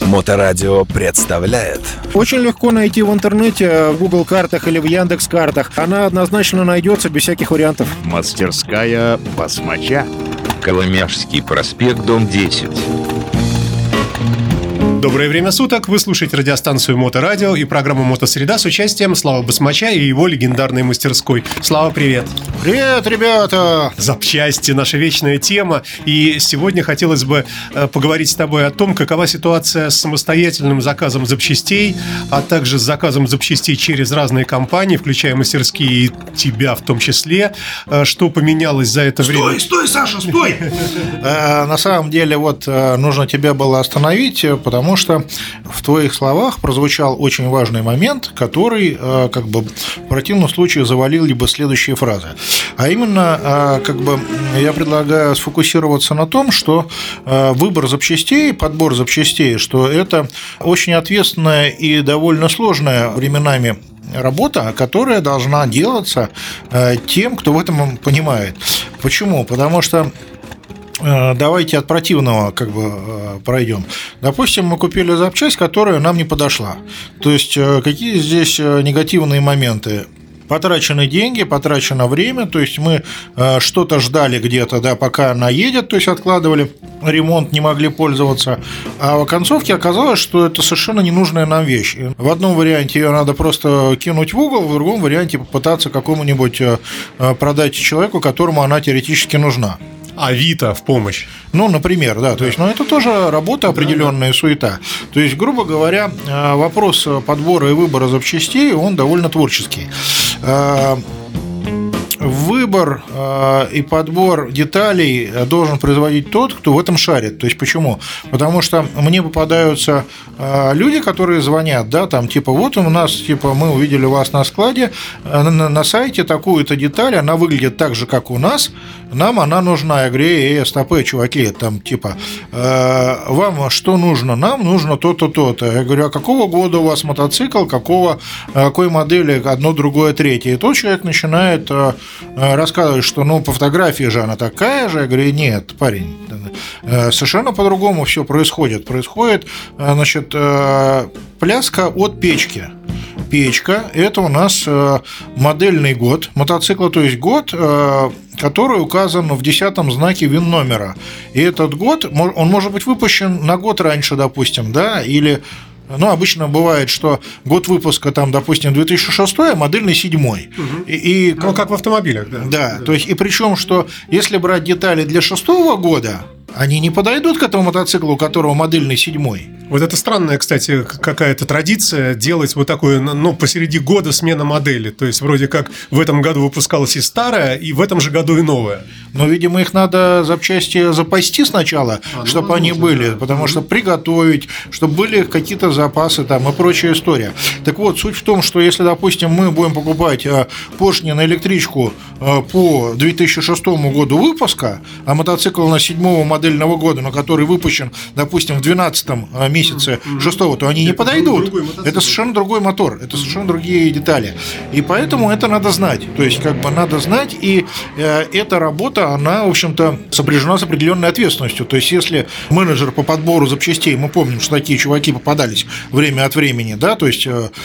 Моторадио представляет. Очень легко найти в интернете, в Google картах или в Яндекс картах. Она однозначно найдется без всяких вариантов. Мастерская басмача. Коломяжский проспект, дом 10. Доброе время суток, вы слушаете радиостанцию Моторадио и программу «Мотосреда» с участием Славы Басмача и его легендарной мастерской. Слава, привет! Привет, ребята! Запчасти – наша вечная тема, и сегодня хотелось бы поговорить с тобой о том, какова ситуация с самостоятельным заказом запчастей, а также с заказом запчастей через разные компании, включая мастерские и тебя в том числе. Что поменялось за это время? Стой, Саша, стой! На самом деле, нужно тебя было остановить, потому что в твоих словах прозвучал очень важный момент, который, в противном случае завалил либо следующие фразы. А именно, я предлагаю сфокусироваться на том, что выбор запчастей, подбор запчастей, что это очень ответственная и довольно сложная временами работа, которая должна делаться тем, кто в этом понимает. Почему? Потому что давайте от противного пройдем. Допустим, мы купили запчасть, которая нам не подошла. То есть, какие здесь негативные моменты? Потрачены деньги, потрачено время, то есть мы что-то ждали где-то, пока она едет, то есть откладывали ремонт, не могли пользоваться, а в концовке оказалось, что это совершенно ненужная нам вещь. В одном варианте ее надо просто кинуть в угол, в другом варианте попытаться какому-нибудь продать человеку, которому она теоретически нужна. Авито в помощь. Например, да. То есть, это тоже работа определенная, суета. То есть, грубо говоря, вопрос подбора и выбора запчастей, он довольно творческий. Выбор и подбор деталей должен производить тот, кто в этом шарит. То есть, почему? Потому что мне попадаются люди, которые звонят, вот у нас, мы увидели вас на складе, на сайте такую-то деталь, она выглядит так же, как у нас, нам она нужна. Я говорю, стопы, чуваки, вам что нужно? Нам нужно то-то, то-то. Я говорю, а какого года у вас мотоцикл, какой модели, одно, другое, третье? И тот человек начинает рассказывать, что по фотографии же она такая же. Я говорю, нет, парень, совершенно по-другому все происходит. Происходит, пляска от печки. Печка – это у нас модельный год мотоцикла, то есть год, который указан в 10-м знаке ВИН-номера. И этот год, он может быть выпущен на год раньше, допустим, или... обычно бывает, что год выпуска, допустим, 2006, а модельный 7-й. Угу. Как в автомобилях, да. Да, то есть, и причем, что если брать детали для 6-го года, они не подойдут к этому мотоциклу, у которого модельный 7-й. Вот это странная, кстати, какая-то традиция делать вот такое, посреди года смена модели. То есть, вроде как в этом году выпускалась и старая, и в этом же году и новая. Но, видимо, их надо запчасти запасти сначала, чтобы они были, потому что приготовить, чтобы были какие-то запасы и прочая история. Так вот, суть в том, что если, допустим, мы будем покупать поршни на электричку по 2006 году выпуска, а мотоцикл на 7-го модельного года, но который выпущен, допустим, в 12-м месяце 6-го, то они не подойдут. Это совершенно другой мотор, это совершенно другие детали. И поэтому это надо знать. То есть, надо знать, и эта работа, она, в общем-то, сопряжена с определенной ответственностью. То есть, если менеджер по подбору запчастей, мы помним, что такие чуваки попадались время от времени, то есть,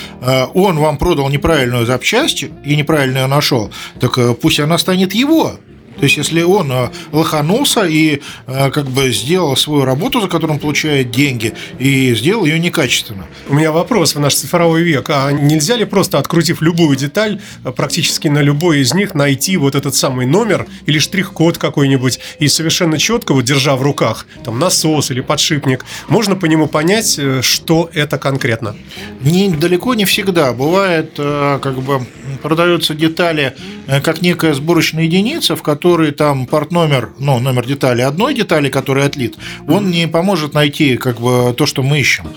он вам продал неправильную запчасть и неправильно ее нашел, так пусть она станет его. То есть, если он лоханулся и сделал свою работу, за которую он получает деньги, и сделал ее некачественно. У меня вопрос в наш цифровой век. А нельзя ли просто, открутив любую деталь, практически на любой из них найти вот этот самый номер или штрих-код какой-нибудь, и совершенно четко, держа в руках насос или подшипник, можно по нему понять, что это конкретно? Далеко не всегда. Бывает, продаются детали как некая сборочная единица, в которой партномер, номер детали одной детали, которая отлит, он не поможет найти то, что мы ищем.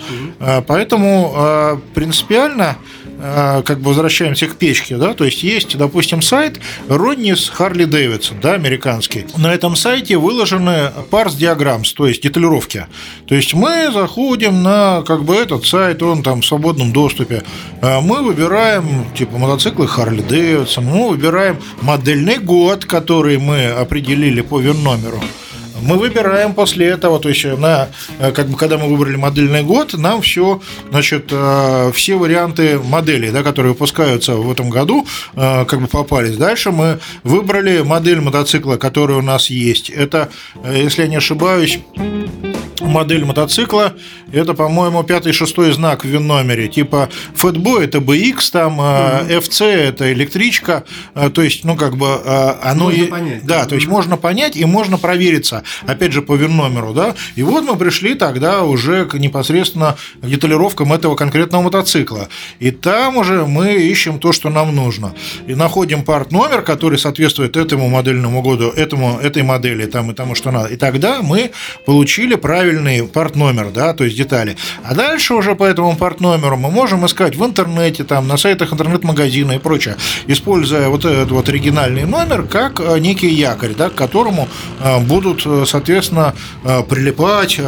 Поэтому принципиально возвращаемся к печке, то есть, допустим, сайт Ronnie's Harley Davidson, американский. На этом сайте выложены parts diagrams, то есть деталировки. То есть мы заходим на этот сайт, он в свободном доступе. Мы выбираем мотоциклы Harley Davidson, мы выбираем модельный год, который мы определили по ВИН-номеру. мы выбираем после этого, то есть когда мы выбрали модельный год, нам все варианты моделей, да, которые выпускаются в этом году, попались. Дальше мы выбрали модель мотоцикла, которая у нас есть. Это, если я не ошибаюсь, модель мотоцикла, это, по-моему, 5-6 знак в ВИН-номере, типа Fatboy это BX, там FC это электричка, то есть, оно можно понять. Да, то есть можно понять и можно провериться, опять же, по ВИН-номеру, да, и вот мы пришли тогда уже непосредственно к деталировкам этого конкретного мотоцикла, и там уже мы ищем то, что нам нужно, и находим парт-номер, который соответствует этому модельному году, этой модели, там, и тому, что надо, и тогда мы получили правильный парт-номер, да, то есть детали. А дальше уже по этому парт-номеру мы можем искать в интернете, там, на сайтах интернет-магазина и прочее, используя вот этот вот оригинальный номер как некий якорь, да, к которому будут, соответственно, прилипать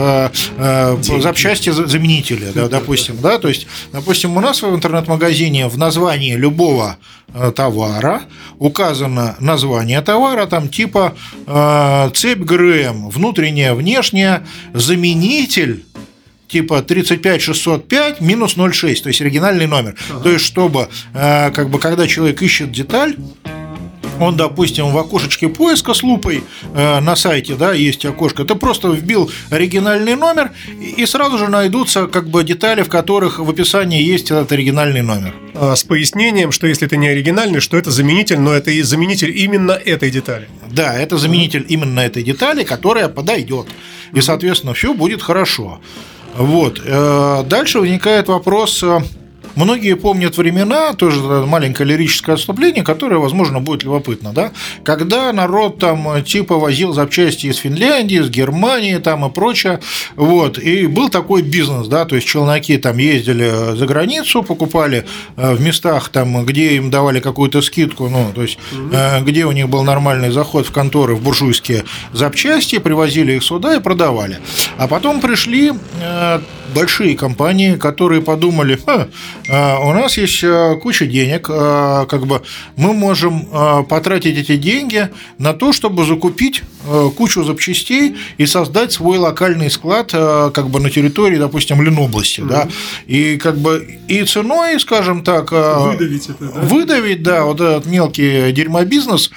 запчасти-заменители, да, допустим, да, то есть, допустим, у нас в интернет-магазине в названии любого товара указано название товара, там типа цепь ГРМ, внутренняя, внешняя, заменитель типа 35605 минус 06, то есть оригинальный номер. То есть, чтобы когда человек ищет деталь, он, допустим, в окошечке поиска с лупой на сайте, да, есть окошко, ты просто вбил оригинальный номер, и сразу же найдутся детали, в которых в описании есть этот оригинальный номер. С пояснением, что если это не оригинальный, что это заменитель, но это и заменитель именно этой детали. Да, это заменитель именно этой детали, которая подойдет. И, соответственно, все будет хорошо. Вот. Дальше возникает вопрос. Многие помнят времена, тоже маленькое лирическое отступление, которое, возможно, будет любопытно, да, когда народ там типа возил запчасти из Финляндии, из Германии там и прочее, вот, и был такой бизнес, да, то есть челноки там ездили за границу, покупали в местах там, где им давали какую-то скидку, то есть где у них был нормальный заход в конторы, в буржуйские запчасти, привозили их сюда и продавали. А потом пришли большие компании, которые подумали: у нас есть куча денег, мы можем потратить эти деньги на то, чтобы закупить кучу запчастей и создать свой локальный склад на территории, допустим, Ленобласти, да, и и ценой, скажем так, выдавить это, да? Выдавить, да, вот этот мелкий дерьмобизнес,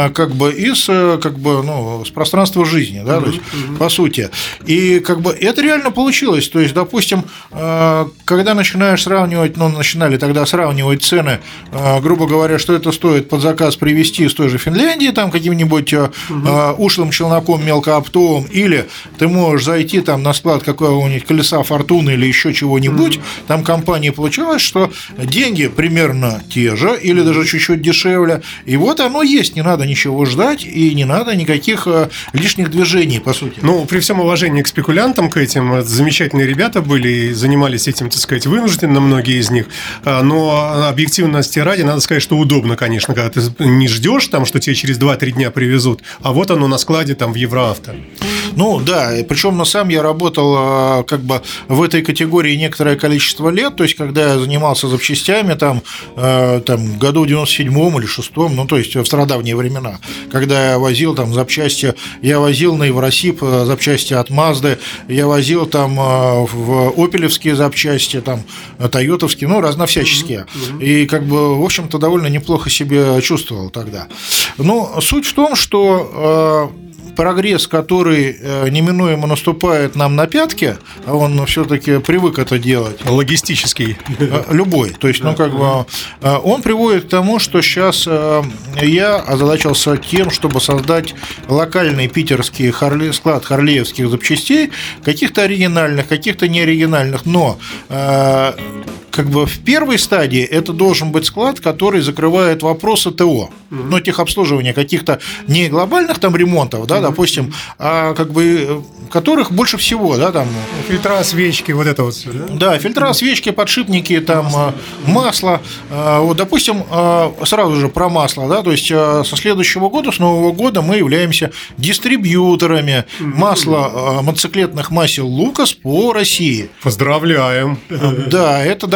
с пространства жизни, да, то есть, по сути. И это реально получилось. То есть, допустим, когда начинаешь сравнивать, начинали тогда сравнивать цены, грубо говоря, что это стоит под заказ привезти из той же Финляндии, там каким-нибудь ушлым челноком мелкооптовым, или ты можешь зайти там на склад какого-нибудь колеса фортуны или еще чего-нибудь, там компании получалось, что деньги примерно те же, или даже чуть-чуть дешевле, и вот оно есть, не надо ничего ждать, и не надо никаких лишних движений, по сути. При всем уважении к спекулянтам, к этим, замечательные ребята были и занимались этим, так сказать, вынужденно, многие из них, но объективности ради надо сказать, что удобно, конечно, когда ты не ждешь там, что тебе через 2-3 дня привезут, а вот оно на складе там в Евроавто. Да, причем сам я работал в этой категории некоторое количество лет, то есть когда я занимался запчастями там году в 97-м или 6-м, то есть в стародавние времена, когда я возил там запчасти, я возил на Евросиб запчасти от Мазды, я возил там в опелевские запчасти, там тойотовские, разновсяческие, и в общем-то довольно неплохо себя чувствовал тогда. Но суть в том, что прогресс, который неминуемо наступает нам на пятки, а он все-таки привык это делать. Логистический. Любой. То есть, он приводит к тому, что сейчас я озадачился тем, чтобы создать локальный питерский склад харлеевских запчастей, каких-то оригинальных, каких-то неоригинальных, но в первой стадии это должен быть склад, который закрывает вопросы ТО, техобслуживания каких-то не глобальных там ремонтов, да, допустим, а которых больше всего, да, там фильтра, свечки, вот это вот все, да? Да, фильтра, свечки, подшипники, там масло. Вот, допустим, сразу же про масло, да, то есть со следующего года, с Нового года мы являемся дистрибьюторами масла мотоциклетных масел Лукас по России. Поздравляем. Да, это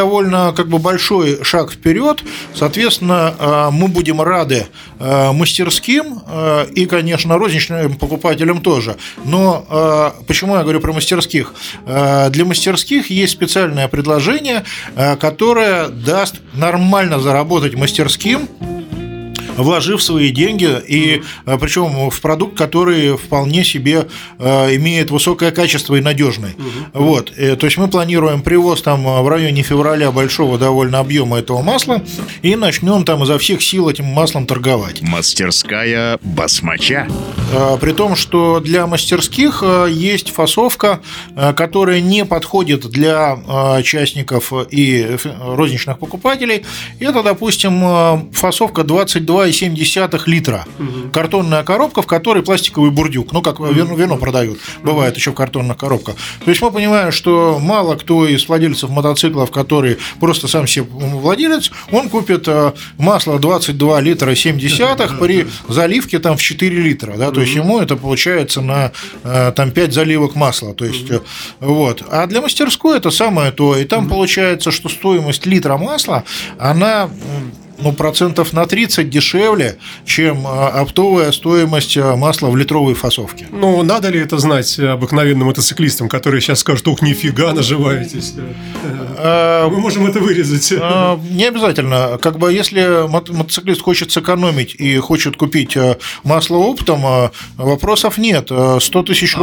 довольно как бы большой шаг вперед. Соответственно, мы будем рады мастерским и, конечно, розничным покупателям тоже. Но почему я говорю про мастерских? Для мастерских есть специальное предложение, которое даст нормально заработать мастерским, вложив свои деньги, и причем в продукт, который вполне себе имеет высокое качество и надежный. Вот. То есть мы планируем привоз там в районе февраля большого довольно объема этого масла и начнем там изо всех сил этим маслом торговать. Мастерская басмача. При том, что для мастерских есть фасовка, которая не подходит для частников и розничных покупателей. Это, допустим, фасовка 22,7 литра. Картонная коробка, в которой пластиковый бурдюк. Ну, как вино продают. Бывает еще в картонных коробках. То есть мы понимаем, что мало кто из владельцев мотоциклов, который просто сам себе владелец, он купит масло 22 литра 70 при заливке там в 4 литра. Да? То есть ему это получается на там, 5 заливок масла. То есть, вот. А для мастерской это самое то. И там получается, что стоимость литра масла, она процентов на 30 дешевле, чем оптовая стоимость масла в литровой фасовке. Ну, надо ли это знать обыкновенным мотоциклистам, которые сейчас скажут: ух, нифига, наживаетесь. Мы можем это вырезать. Не обязательно. Как бы если мотоциклист хочет сэкономить и хочет купить масло оптом, вопросов нет. 100 тысяч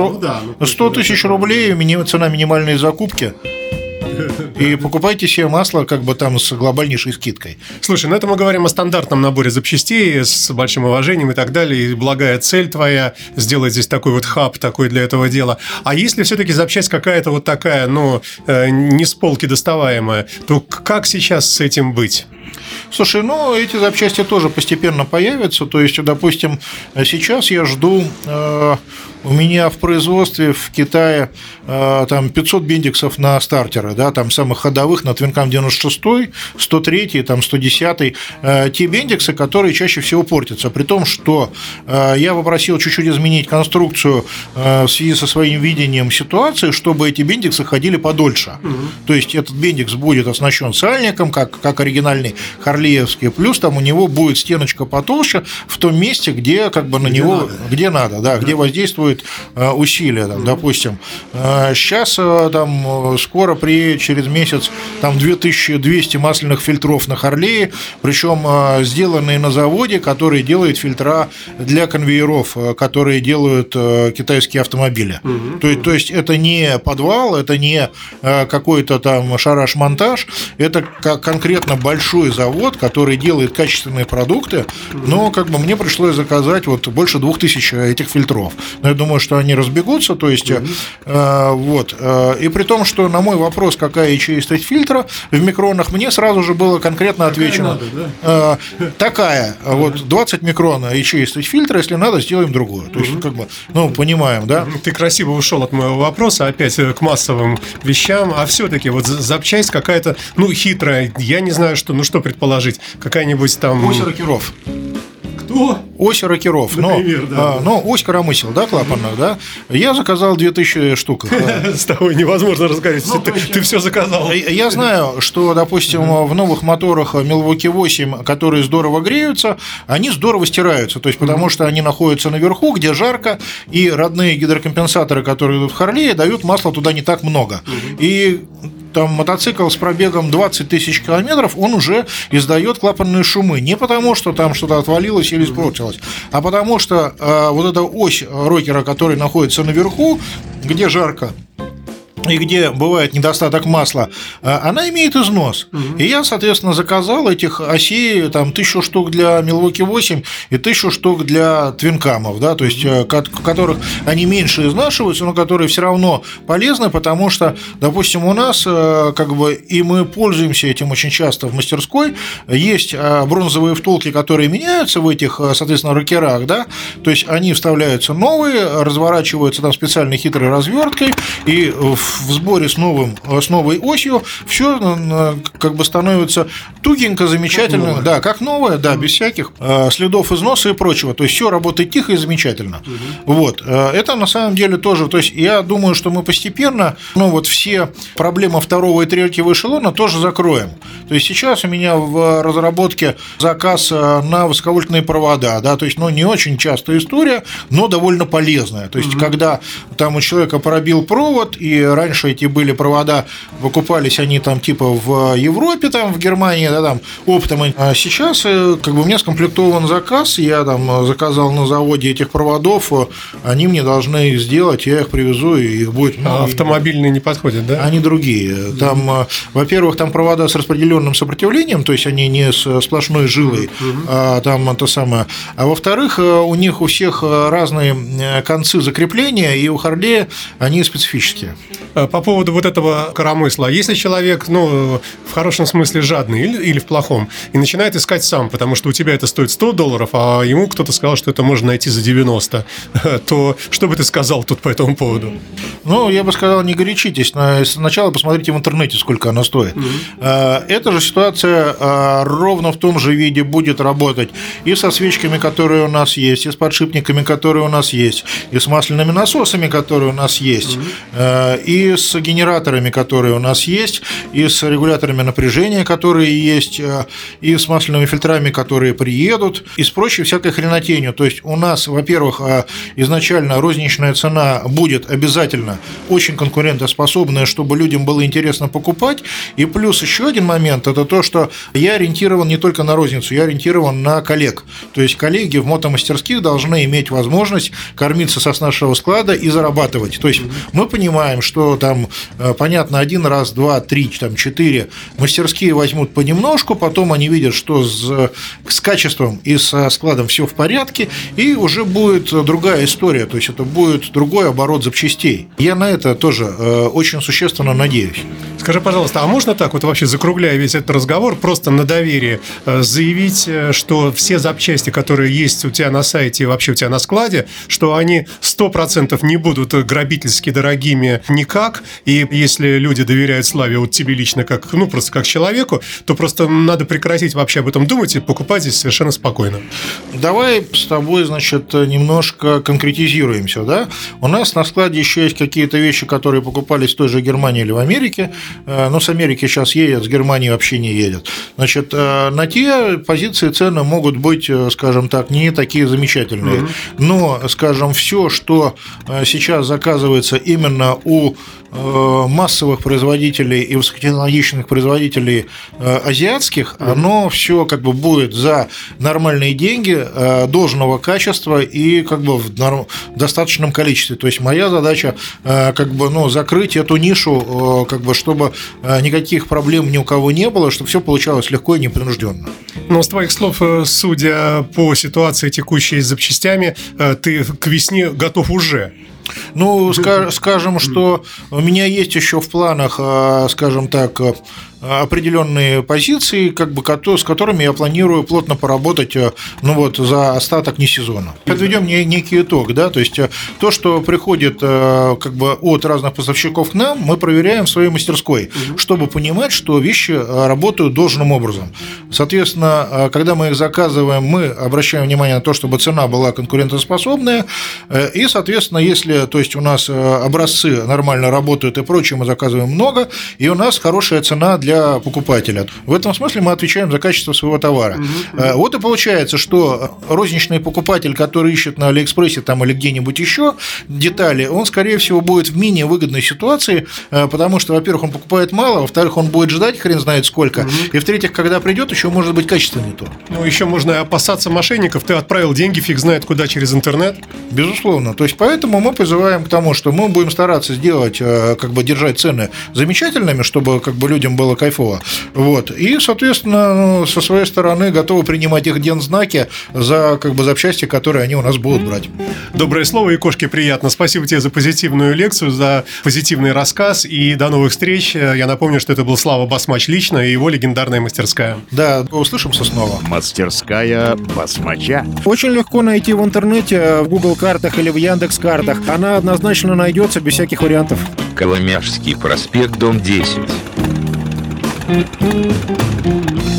рублей цена минимальной закупки. И покупайте себе масло как бы там с глобальнейшей скидкой. Слушай, ну это мы говорим о стандартном наборе запчастей с большим уважением и так далее. И благая цель твоя сделать здесь такой вот хаб такой для этого дела. А если все-таки запчасть какая-то вот такая, ну, не с полки доставаемая, то как сейчас с этим быть? Слушай, ну эти запчасти тоже постепенно появятся. То есть, допустим, сейчас я жду, у меня в производстве в Китае там 500 бендиксов на стартеры, да, там самых ходовых на Твинкам 96, 103, там 110, те бендиксы, которые чаще всего портятся. При том, что я попросил чуть-чуть изменить конструкцию в связи со своим видением ситуации, чтобы эти бендиксы ходили подольше. То есть этот бендикс будет оснащен сальником, как оригинальный харлеевский, плюс там у него будет стеночка потолще в том месте, где как бы на него, где надо, да, где воздействует усилие, там, допустим. Сейчас там скоро через месяц там 2200 масляных фильтров на Харлее, причем сделанные на заводе, который делает фильтра для конвейеров, которые делают китайские автомобили. То есть это не подвал, это не какой-то там шараш-монтаж, это конкретно большой завод, который делает качественные продукты, но как бы мне пришлось заказать вот больше 2000 этих фильтров. Но я думаю, что они разбегутся, то есть вот. И при том, что на мой вопрос, какая ячеистость фильтра в микронах, мне сразу же было конкретно отвечено: такая, вот 20 микрон ячеистость фильтра, если надо, сделаем другую. То есть, как бы, ну, понимаем, да? Ты красиво ушел от моего вопроса опять к массовым вещам, а все-таки вот запчасть какая-то, ну, хитрая, я не знаю, что, ну, что предположить, какая-нибудь там... Ось рокеров. Кто? Ось рокеров. Например, Ось коромысел, да, клапанных, да. Я заказал 2000 штук. С тобой невозможно разговаривать. Ты все заказал. Я знаю, что, допустим, в новых моторах Milwaukee 8, которые здорово греются, они здорово стираются. То есть, потому что они находятся наверху, где жарко, и родные гидрокомпенсаторы, которые идут в Харлее, дают масла туда не так много. И там мотоцикл с пробегом 20 тысяч километров, он уже издает клапанные шумы. Не потому, что там что-то отвалилось или испортилось, а потому что вот эта ось рокера, который находится наверху, где жарко, и где бывает недостаток масла, она имеет износ. И я, соответственно, заказал этих осей, там, 1000 штук для Milwaukee 8 и 1000 штук для твинкамов, да, то есть, которых они меньше изнашиваются, но которые все равно полезны, потому что, допустим, у нас, как бы, и мы пользуемся этим очень часто в мастерской, есть бронзовые втулки, которые меняются в этих, соответственно, рокерах, да, то есть они вставляются новые, разворачиваются там специальной хитрой разверткой, и в сборе с новой осью все как бы становится тугенько, замечательно, да, как новое, да, без всяких следов износа и прочего, то есть все работает тихо и замечательно. Вот, это на самом деле тоже, то есть я думаю, что мы постепенно, вот все проблемы второго и третьего эшелона тоже закроем. То есть сейчас у меня в разработке заказ на высоковольтные провода, да, то есть, не очень частая история, но довольно полезная. То есть, когда там у человека пробил провод, и раньше эти были провода, выкупались они там типа в Европе, там в Германии, да, там оптом, а сейчас как бы у меня скомплектован заказ, я там заказал на заводе этих проводов, они мне должны их сделать, я их привезу, и их будет... автомобильные не подходят, да? Они другие. Там, во-первых, там провода с распределенным сопротивлением, то есть они не с сплошной жилой, а там то самое. А во-вторых, у них у всех разные концы закрепления, и у Харлея они специфические. По поводу вот этого коромысла. Если человек, в хорошем смысле жадный или в плохом, и начинает искать сам, потому что у тебя это стоит $100, а ему кто-то сказал, что это можно найти за 90, то что бы ты сказал тут по этому поводу? Я бы сказал, не горячитесь. Сначала посмотрите в интернете, сколько она стоит. Эта же ситуация ровно в том же виде будет работать и со свечками, которые у нас есть, и с подшипниками, которые у нас есть, и с масляными насосами, которые у нас есть, и с генераторами, которые у нас есть, и с регуляторами напряжения, которые есть, и с масляными фильтрами, которые приедут, и с прочей всякой хренотенью. То есть у нас, во-первых, изначально розничная цена будет обязательно очень конкурентоспособная, чтобы людям было интересно покупать. И плюс еще один момент – это то, что я ориентирован не только на розницу, я ориентирован на коллег. То есть коллеги в мотомастерских должны иметь возможность кормиться со нашего склада и зарабатывать. То есть мы понимаем, что там, понятно, 1 раз, 2, 3, 4 мастерские возьмут понемножку, потом они видят, что с качеством и со складом все в порядке, и уже будет другая история, то есть это будет другой оборот запчастей. Я на это тоже очень существенно надеюсь. Скажи, пожалуйста, а можно так вот вообще, закругляя весь этот разговор, просто на доверие заявить, что все запчасти, которые есть у тебя на сайте и вообще у тебя на складе, что они 100% не будут грабительски дорогими никак, и если люди доверяют Славе, вот тебе лично, как, просто как человеку, то просто надо прекратить вообще об этом думать и покупать здесь совершенно спокойно. Давай с тобой, немножко конкретизируемся, да? У нас на складе еще есть какие-то вещи, которые покупались в той же Германии или в Америке, но с Америки сейчас едет, с Германии вообще не едет. На те позиции цены могут быть, скажем так, не такие замечательные, но, скажем, все, что сейчас заказывается именно у массовых производителей и высокотехнологичных производителей азиатских, оно все будет за нормальные деньги, должного качества и в достаточном количестве. То есть моя задача закрыть эту нишу, чтобы никаких проблем ни у кого не было, чтобы все получалось легко и непринужденно. Но с твоих слов, судя по ситуации текущей с запчастями, ты к весне готов уже. Скажем, что у меня есть еще в планах, скажем так, определенные позиции, с которыми я планирую плотно поработать за остаток не сезона. Подведем некий итог, да, то есть то, что приходит от разных поставщиков к нам, мы проверяем в своей мастерской, чтобы понимать, что вещи работают должным образом. Соответственно, когда мы их заказываем, мы обращаем внимание на то, чтобы цена была конкурентоспособная, и, соответственно, если у нас образцы нормально работают и прочее, мы заказываем много, и у нас хорошая цена для покупателя. В этом смысле мы отвечаем за качество своего товара. Вот и получается, что розничный покупатель, который ищет на Алиэкспрессе или где-нибудь еще детали, он, скорее всего, будет в менее выгодной ситуации, потому что, во-первых, он покупает мало, во-вторых, он будет ждать хрен знает сколько, и, в-третьих, когда придет, еще может быть качество не то. Еще можно опасаться мошенников. Ты отправил деньги, фиг знает куда, через интернет. Безусловно. То есть, поэтому мы призываем к тому, что мы будем стараться сделать, держать цены замечательными, чтобы людям было кайфово. И, соответственно, со своей стороны готовы принимать их дензнаки за запчасти, которые они у нас будут брать. Доброе слово, и кошке приятно. Спасибо тебе за позитивную лекцию, за позитивный рассказ, и до новых встреч. Я напомню, что это был Слава Басмач лично и его легендарная мастерская. Да, услышимся снова. Мастерская Басмача. Очень легко найти в интернете, в Google картах или в Яндекс картах. Она однозначно найдется без всяких вариантов. Коломяжский проспект, дом 10.